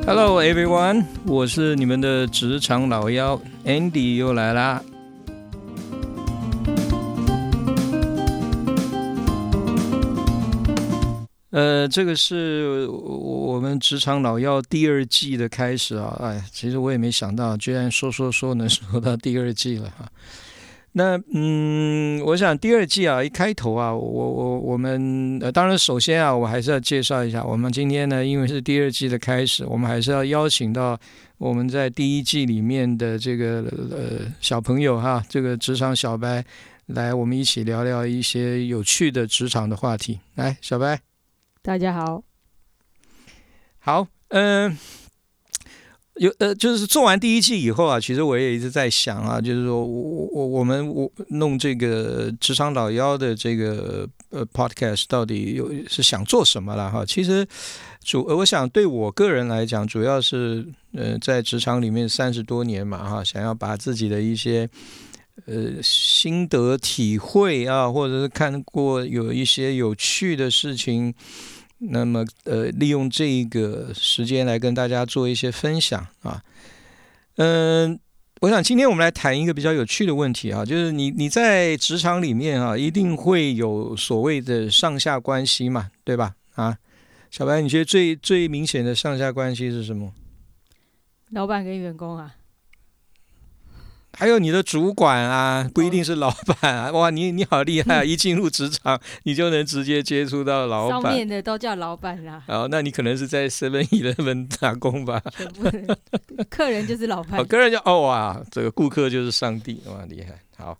Hello everyone， 我是你们的职场老妖 Andy 又来啦。这个是我们职场老妖第2季的开始啊！哎，其实我也没想到，居然说能说到第2季了哈。那我想第2季啊，一开头啊，我们当然首先啊，我还是要介绍一下，我们今天呢，因为是第2季的开始，我们还是要邀请到我们在第1季里面的这个小朋友哈，这个职场小白来，我们一起聊聊一些有趣的职场的话题。来，小白， 大家好。 好，就是做完第1季以后啊，其实我也一直在想啊，就是说我们弄这个职场老妖的这个podcast 到底是想做什么了哈？其实我想对我个人来讲，主要是在职场里面30多年嘛哈，想要把自己的一些心得体会啊，或者是看过有一些有趣的事情。那么利用这个时间来跟大家做一些分享啊。我想今天我们来谈一个比较有趣的问题啊，就是你在职场里面啊，一定会有所谓的上下关系嘛，对吧？啊，小白，你觉得最明显的上下关系是什么？ 老板跟员工啊。 还有你的主管啊，不一定是老板啊。哇，你好厉害啊！一进入职场，你就能直接接触到老板。 上面的都叫老板啦。 哦，那你可能是在 7-Eleven 打工吧？ 全部的客人就是老板。 客人就哇，这个顾客就是上帝，哇，厉害。好，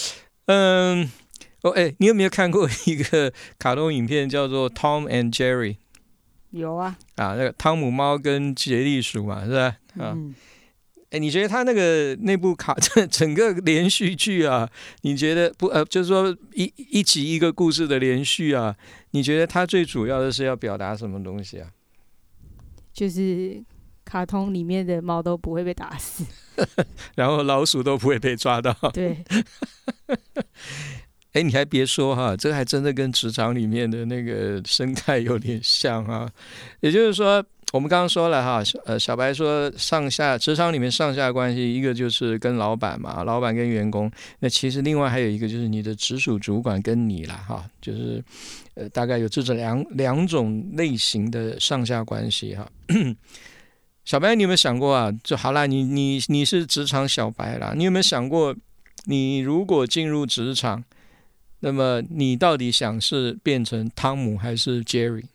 你有没有看过一个卡通影片叫做 Tom and Jerry？ 有啊。 那个汤姆猫跟杰利鼠嘛，是吧？你觉得他那部整个连续剧啊，你觉得就是说一集一个故事的连续啊，你觉得他最主要的是要表达什么东西啊？ 就是卡通里面的猫都不会被打死， 然后老鼠都不会被抓到。 对。 你还别说哈，这还真的跟职场里面的那个生态有点像啊。也就是说，我们刚刚说了哈，小白说职场里面上下关系，一个就是跟老板嘛，老板跟员工。那其实另外还有一个就是你的直属主管跟你啦哈，就是大概有这种两种类型的上下关系哈。小白，你有没有想过啊？就好啦，你是职场小白啦，你有没有想过，你如果进入职场，那么你到底想是变成汤姆还是 Jerry？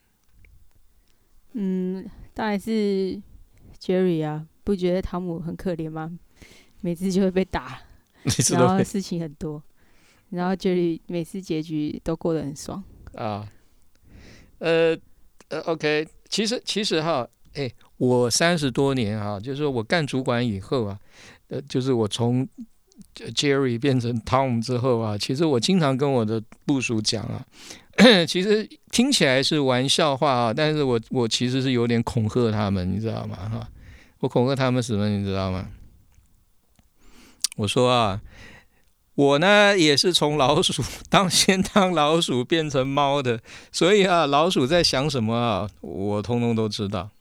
当然是 Jerry 啊，不觉得汤姆很可怜吗？每次就会被打，然后事情很多，然后 Jerry 每次结局都过得很爽啊。OK， 其实哈，我30多年哈，就是我干主管以后啊，就是我从Jerry 变成 Tom 之后啊，其实我经常跟我的部属讲啊，其实听起来是玩笑话啊，但是我其实是有点恐吓他们，你知道吗？哈，我恐吓他们什么，你知道吗？我说啊，我呢也是从老鼠先当老鼠变成猫的，所以啊，老鼠在想什么啊，我通通都知道。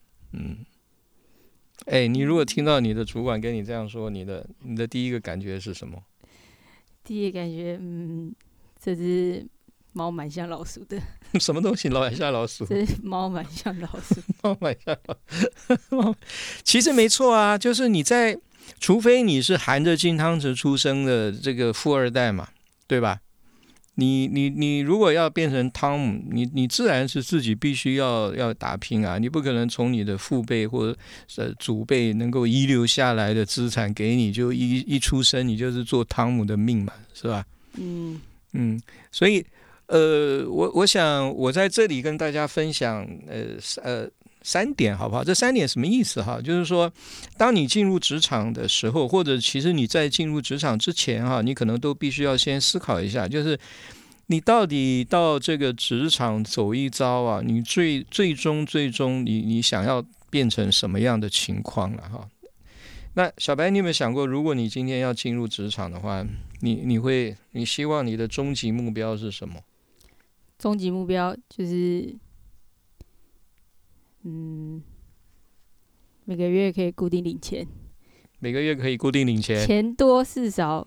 你如果听到你的主管跟你这样说，你的第一个感觉是什么？ 第一个感觉，这只猫蛮像老鼠的。 什么东西蛮像老鼠？ 这猫蛮像老鼠。 猫蛮像老鼠。其实没错啊，就是除非你是含着金汤匙出生的这个富二代嘛，对吧？你如果要变成汤姆，你自然是自己必须要打拼啊！你不可能从你的父辈或者祖辈能够遗留下来的资产给你，就一出生你就是做汤姆的命嘛，是吧？所以我想我在这里跟大家分享3点好不好？这3点什么意思哈？就是说，当你进入职场的时候，或者其实你在进入职场之前哈，你可能都必须要先思考一下，就是你到底到这个职场走一遭啊，你最终你想要变成什么样的情况了哈？那小白，你有没有想过，如果你今天要进入职场的话，你希望你的终极目标是什么？ 终极目标就是每个月可以固定领钱， 每个月可以固定领钱， 钱多事少，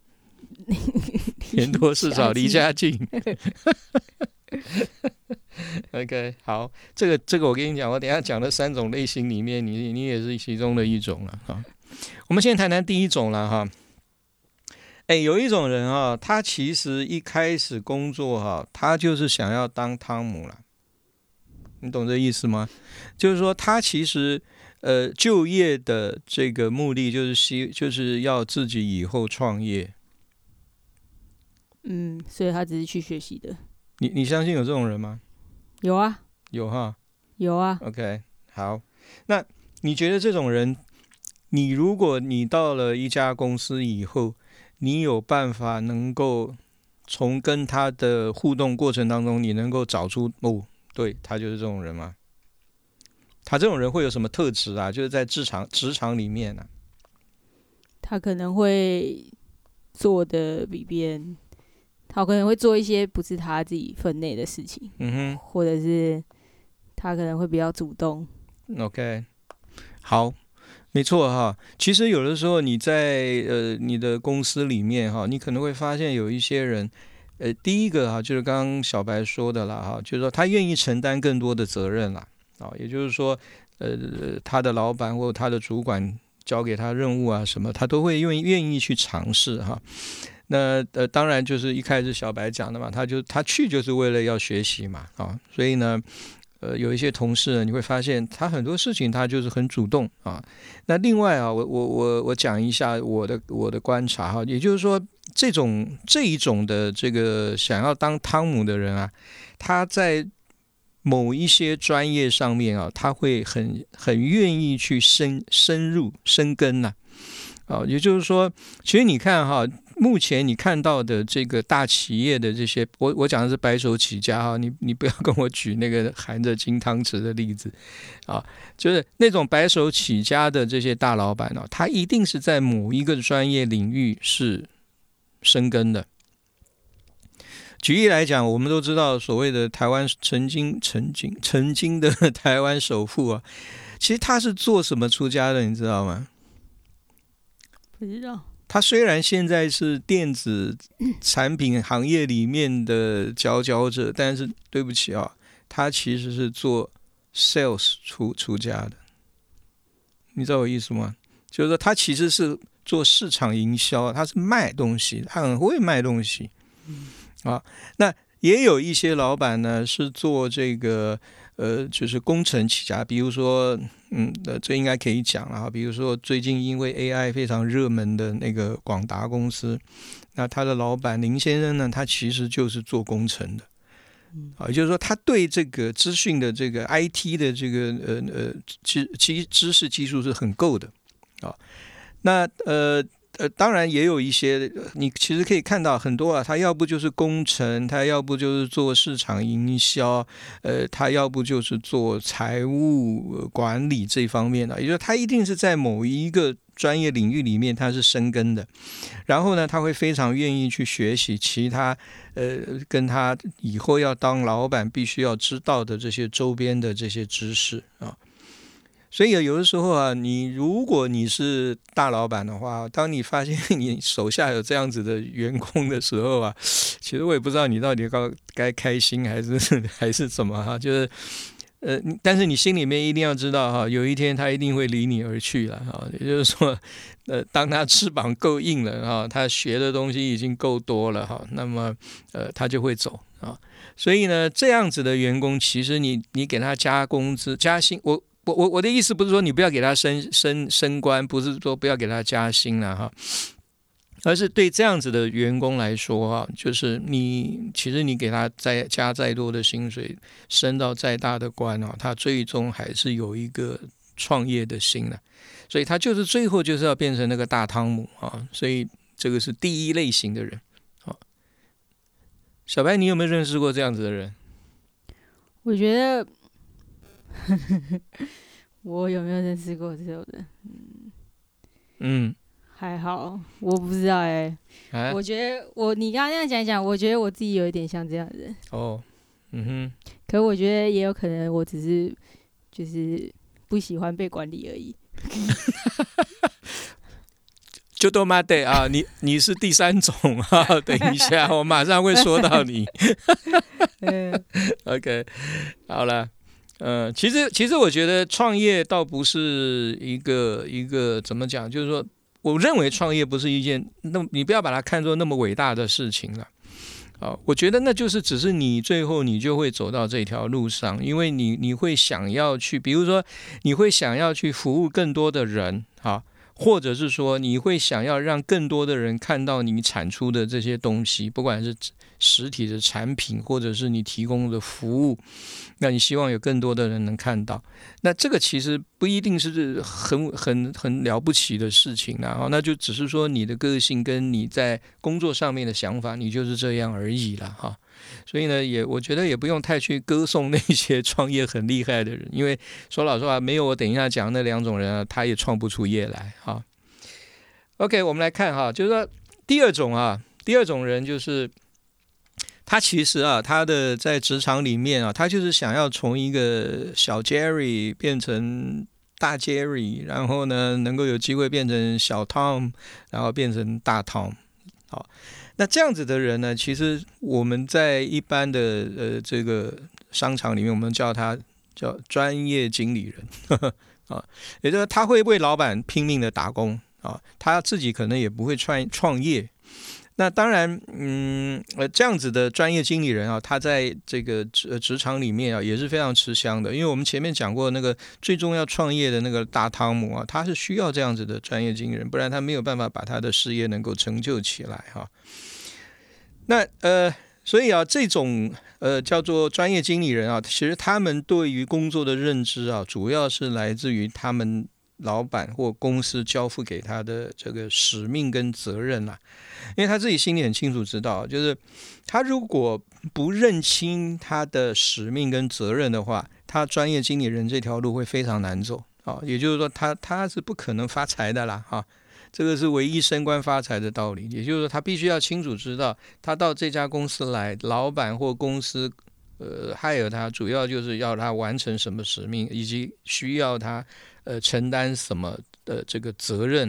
钱多事少离家近。OK， 好，这个我跟你讲，我等一下讲的3种类型里面，你也是其中的一种了哈。我们先谈谈第一种了哈。有一种人啊，他其实一开始工作哈，他就是想要当汤姆了，你懂这意思吗？就是说他其实就业的这个目的就是要自己以后创业。 所以他只是去学习的。 你相信有这种人吗？ 有啊， 有哈， 有啊。 OK， 好，那你觉得这种人，如果你到了一家公司以后，你有办法能够从跟他的互动过程当中，你能够找出对，他就是这种人吗？他这种人会有什么特质啊？就是在职场里面啊， 他可能会做的比别人，他可能会做一些不是他自己分内的事情，或者是他可能会比较主动。 OK， 好。没错哈，其实有的时候你在你的公司里面哈，你可能会发现有一些人，第一个哈就是刚刚小白说的啦哈，就是说他愿意承担更多的责任啦，也就是说他的老板或他的主管交给他任务啊什么，他都会愿意去尝试哈。那当然就是一开始小白讲的嘛，他去就是为了要学习嘛所以呢。有一些同事你会发现他很多事情他就是很主动啊。那另外啊，我讲一下我的观察哈，也就是说这一种的这个想要当汤姆的人啊，他在某一些专业上面啊，他会很愿意去深入深耕呐也就是说，其实你看哈。目前你看到的这个大企业的这些，我讲的是白手起家哈，你不要跟我举那个含着金汤匙的例子就是那种白手起家的这些大老板他一定是在某一个专业领域是深耕的。举例来讲，我们都知道所谓的台湾曾经的台湾首富啊，其实他是做什么出家的，你知道吗？ 不知道。 他虽然现在是电子产品行业里面的佼佼者，但是对不起他其实是做 sales 出家的。你知道我意思吗？就是说他其实是做市场营销，他是卖东西，他很会卖东西那也有一些老板呢是做这个就是工程起家，比如说这应该可以讲了比如说最近因为 AI 非常热门的那个广达公司，那他的老板林先生呢，他其实就是做工程的也就是说他对这个资讯的这个 IT 的这个知识技术是很够的那当然也有一些你其实可以看到很多他要不就是工程，他要不就是做市场营销他要不就是做财务管理这方面也就是说他一定是在某一个专业领域里面他是深耕的，然后呢他会非常愿意去学习其他跟他以后要当老板必须要知道的这些周边的这些知识所以有的时候如果你是大老板的话，当你发现你手下有这样子的员工的时候其实我也不知道你到底该开心还是什么就是但是你心里面一定要知道有一天他一定会离你而去了也就是说当他翅膀够硬了他学的东西已经够多了那么他就会走所以呢这样子的员工其实你给他加工资加薪，我的意思不是说你不要给他升官，不是说不要给他加薪而是对这样子的员工来说就是其实你给他加再多的薪水，升到再大的官他最终还是有一个创业的心所以他就是最后就是要变成那个大汤姆所以这个是第一类型的人小白，你有没有认识过这样子的人？ 我觉得我有没有认识过这种人？还好，我不知道我觉得你刚刚那样讲一讲，我觉得我自己有一点像这样的人可我觉得也有可能我只是就是不喜欢被管理而已就多妈得啊，你是第3种啊，等一下我马上会说到你。OK， 好了，其实我觉得创业倒不是一个怎么讲，就是说，我认为创业不是一件你不要把它看作那么伟大的事情了。我觉得那就是只是你最后你就会走到这条路上，因为你会想要去，比如说你会想要去服务更多的人，或者是说你会想要让更多的人看到你产出的这些东西，不管是实体的产品或者是你提供的服务，那你希望有更多的人能看到，那这个其实不一定是很了不起的事情啦，那就只是说你的个性跟你在工作上面的想法，你就是这样而已啦哈。所以呢，我觉得也不用太去歌颂那些创业很厉害的人，因为说老实话，没有我等一下讲那2种人啊，他也创不出业来哈。OK， 我们来看哈，就是说第二种人就是他其实他的在职场里面他就是想要从一个小 Jerry 变成大 Jerry， 然后呢能够有机会变成小 Tom， 然后变成大 Tom。好，那这样子的人呢，其实我们在一般的这个商场里面，我们叫他叫专业经理人也就是他会为老板拼命的打工他自己可能也不会创业。那当然这样子的专业经理人他在这个职场里面也是非常吃香的，因为我们前面讲过那个最重要创业的那个大汤姆他是需要这样子的专业经理人，不然他没有办法把他的事业能够成就起来那所以这种叫做专业经理人其实他们对于工作的认知主要是来自于他们老板或公司交付给他的这个使命跟责任啦。因为他自己心里很清楚知道，就是他如果不认清他的使命跟责任的话，他专业经理人这条路会非常难走也就是说他是不可能发财的啦这个是唯一升官发财的道理。也就是说他必须要清楚知道，他到这家公司来，老板或公司hire他主要就是要他完成什么使命，以及需要他承担什么的这个责任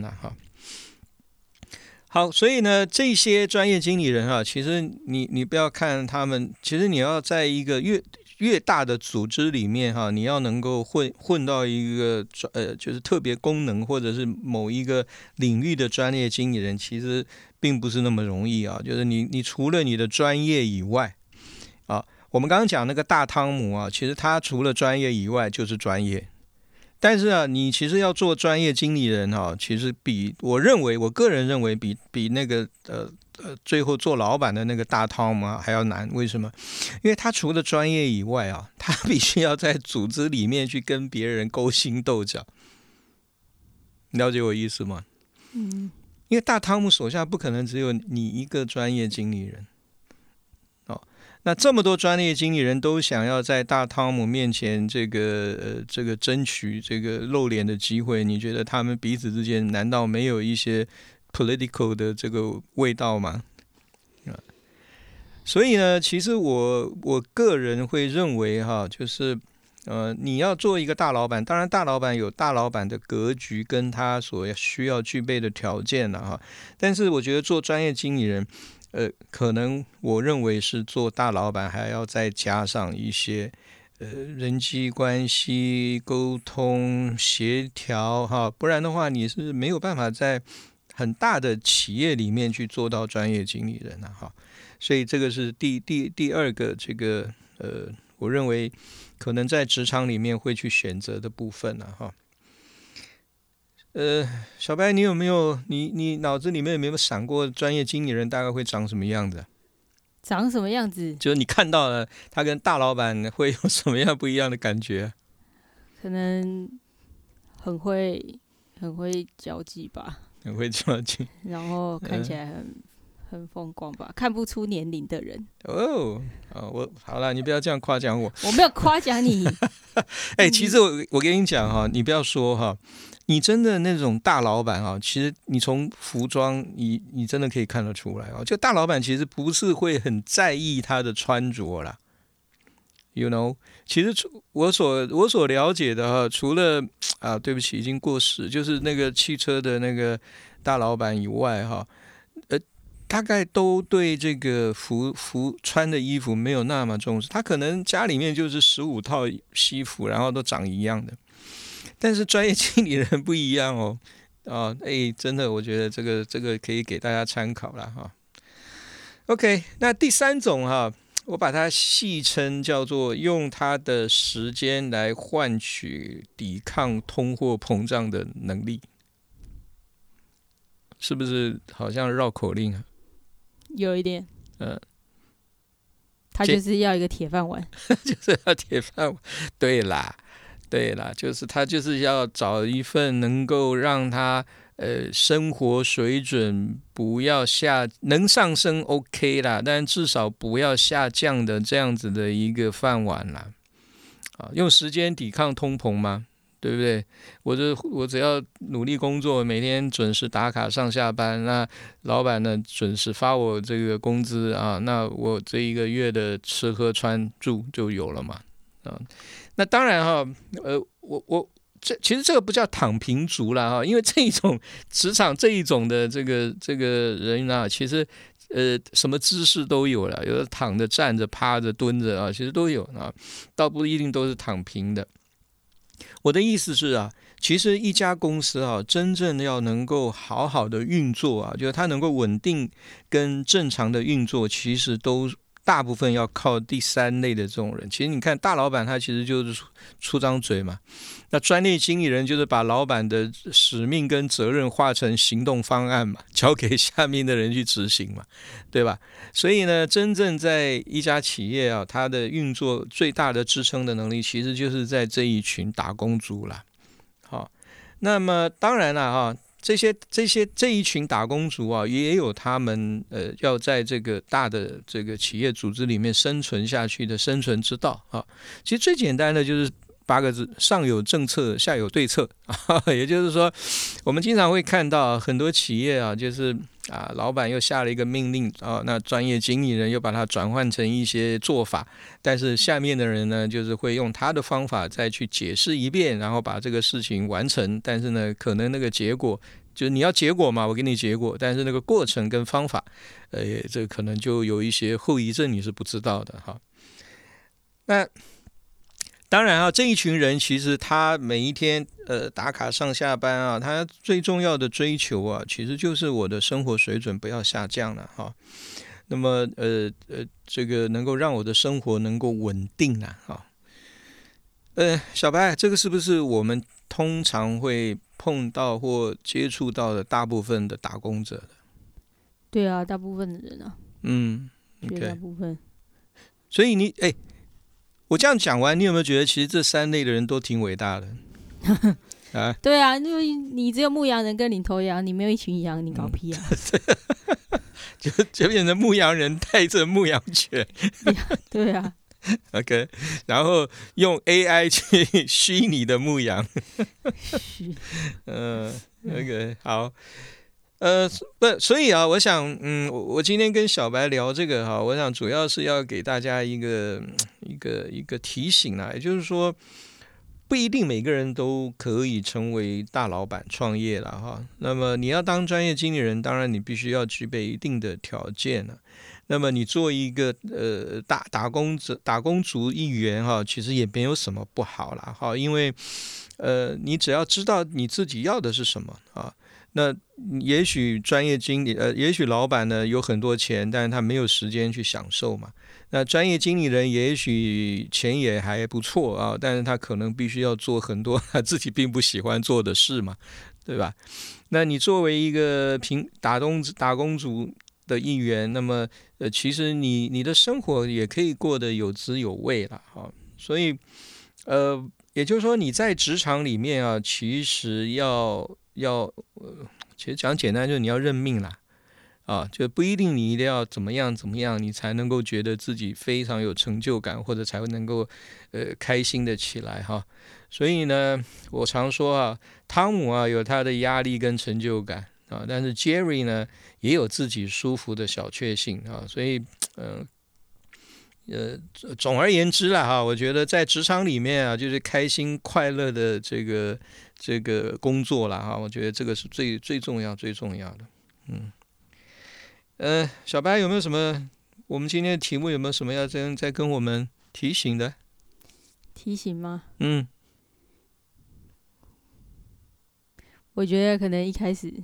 好，所以呢，这些专业经理人其实你不要看他们，其实你要在一个越大的组织里面你要能够混到一个就是特别功能或者是某一个领域的专业经理人，其实并不是那么容易就是你除了你的专业以外我们刚刚讲那个大汤姆其实他除了专业以外就是专业。但是你其实要做专业经理人其实我个人认为比那个最后做老板的那个大汤姆还要难。为什么？因为他除了专业以外他必须要在组织里面去跟别人勾心斗角。了解我意思吗？因为大汤姆手下不可能只有你一个专业经理人那这么多专业经理人都想要在大汤姆面前这个争取这个露脸的机会，你觉得他们彼此之间难道没有一些 political 的这个味道吗？所以呢，其实我个人会认为就是你要做一个大老板，当然大老板有大老板的格局跟他所需要具备的条件但是我觉得做专业经理人可能我认为是做大老板还要再加上一些人际关系、沟通、协调不然的话你是没有办法在很大的企业里面去做到专业经理人所以这个是第二个这个我认为可能在职场里面会去选择的部分小白，你有没有你脑子里面有没有闪过专业经理人大概会长什么样子？ 长什么样子？ 就是你看到了他跟大老板会有什么样不一样的感觉？ 可能很会交际吧， 很会交际， 然后看起来很风光吧，看不出年龄的人。 我好了，你不要这样夸奖我。 我没有夸奖你。 其实我跟你讲你不要说你真的那种大老板其实你从服装你真的可以看得出来就大老板其实不是会很在意他的穿着啦， ，you know， 其实我所了解的哈，除了对不起，已经过时，就是那个汽车的那个大老板以外哈，大概都对这个穿的衣服没有那么重视，他可能家里面就是15套西服，然后都长一样的。但是专业经理人不一样哦，真的，我觉得这个可以给大家参考了哈。OK， 那第三种哈，我把它戏称叫做用他的时间来换取抵抗通货膨胀的能力，是不是好像绕口令啊？ 有一点，他就是要一个铁饭碗， 就是要铁饭碗。对啦，就是他就是要找一份能够让他生活水准不要能上升 OK 啦，但至少不要下降的这样子的一个饭碗啦。用时间抵抗通膨吗？对不对？我只要努力工作，每天准时打卡上下班，那老板呢准时发我这个工资啊，那我这一个月的吃喝穿住就有了嘛。那当然哈，其实这个不叫躺平族啦哈，因为这一种职场这一种的这个人啊，其实什么姿势都有了，有的躺着、站着、趴着、蹲着啊，其实都有啊，倒不一定都是躺平的。我的意思是啊，其实一家公司啊，真正要能够好好的运作啊，就是它能够稳定跟正常的运作，其实都大部分要靠第三类的这种人。其实你看大老板他其实就是出张嘴嘛，那专业经理人就是把老板的使命跟责任化成行动方案嘛，交给下面的人去执行嘛，对吧？所以呢，真正在一家企业啊，它的运作最大的支撑的能力，其实就是在这一群打工族啦。好，那么当然了哈，这一群打工族啊，也有他们要在这个大的这个企业组织里面生存下去的生存之道啊。其实最简单的就是8个字：上有政策，下有对策。也就是说，我们经常会看到很多企业啊，就是老板又下了一个命令啊，那专业经理人又把它转换成一些做法，但是下面的人呢，就是会用他的方法再去解释一遍，然后把这个事情完成。但是呢，可能那个结果就是你要结果嘛，我给你结果，但是那个过程跟方法，这可能就有一些后遗症你是不知道的哈。那当然啊，这一群人其实他每一天打卡上下班啊，他最重要的追求啊，其实就是我的生活水准不要下降了哈。那么这个能够让我的生活能够稳定啊哈。小白，这个是不是我们通常会碰到或接触到的大部分的打工者的？ 对啊，大部分的人啊，绝大部分。 所以我这样讲完，你有没有觉得其实这3类的人都挺伟大的？ 对啊，因为你只有牧羊人跟领头羊，你没有一群羊，你搞屁啊！ 就变成牧羊人带着牧羊犬。 对啊。 OK， 然后用 AI 去虚拟的牧羊。OK， 好。所以啊，我想，我今天跟小白聊这个哈，我想主要是要给大家一个提醒啦，也就是说，不一定每个人都可以成为大老板创业了哈。那么你要当专业经理人，当然你必须要具备一定的条件了。那么你做一个打工族一员哈，其实也没有什么不好啦哈，因为你只要知道你自己要的是什么啊。那也许专业经理也许老板呢有很多钱，但是他没有时间去享受嘛。那专业经理人也许钱也还不错啊，但是他可能必须要做很多他自己并不喜欢做的事嘛，对吧？那你作为一个打工族的一员，那么其实你的生活也可以过得有滋有味了哈。所以也就是说你在职场里面啊，其实其实讲简单就是你要认命啦，就不一定你一定要怎么样你才能够觉得自己非常有成就感，或者才会能够开心的起来哈。所以呢，我常说啊，汤姆啊有他的压力跟成就感啊，但是 Jerry 呢也有自己舒服的小确幸啊，所以总而言之啦哈，我觉得在职场里面啊，就是开心快乐的这个工作啦哈，我觉得这个是最重要的。小白有没有什么？我们今天的题目有没有什么要再跟我们提醒的？ 提醒吗？我觉得可能一开始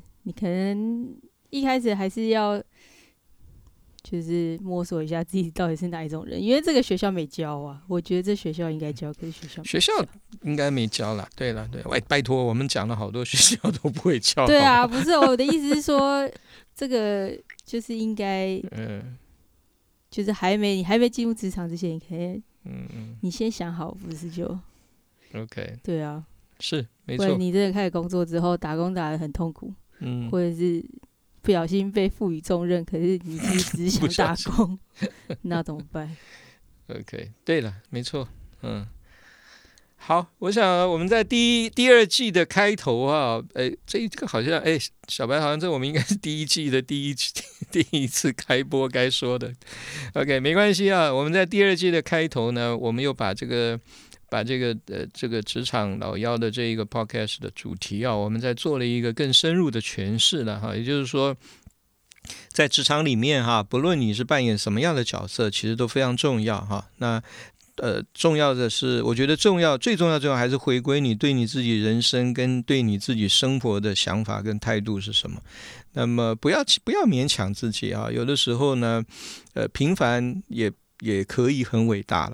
还是要。就是摸索一下自己到底是哪一种人，因为这个学校没教啊。我觉得这学校应该教，可是学校应该没教啦。对了，拜托，我们讲了好多学校都不会教。 对啊，不是我的意思是说，这个就是应该，就是你还没进入职场之前，你可以，你先想好，不是就 OK？ 对啊， 是没错。 或者你真的开始工作之后，打工打得很痛苦，或者是。不小心被赋予重任，可是你其实只想打工，那怎么办 ？OK， 对了，没错，好，我想我们在第二季的开头啊，这个好像小白好像我们应该是第一季的第一次开播该说的 ，OK， 没关系啊，我们在第二季的开头呢，我们又把这个职场老妖的这一个 podcast 的主题啊，我们在做了一个更深入的诠释了哈，也就是说，在职场里面哈，不论你是扮演什么样的角色，其实都非常重要哈。那重要的是，我觉得最重要还是回归你对你自己人生跟对你自己生活的想法跟态度是什么。那么不要勉强自己啊，有的时候呢，平凡也可以很伟大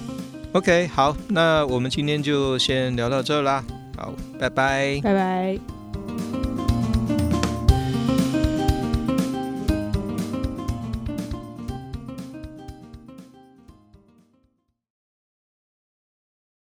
了。OK， 好，那我们今天就先聊到这啦。好，拜拜， 拜拜。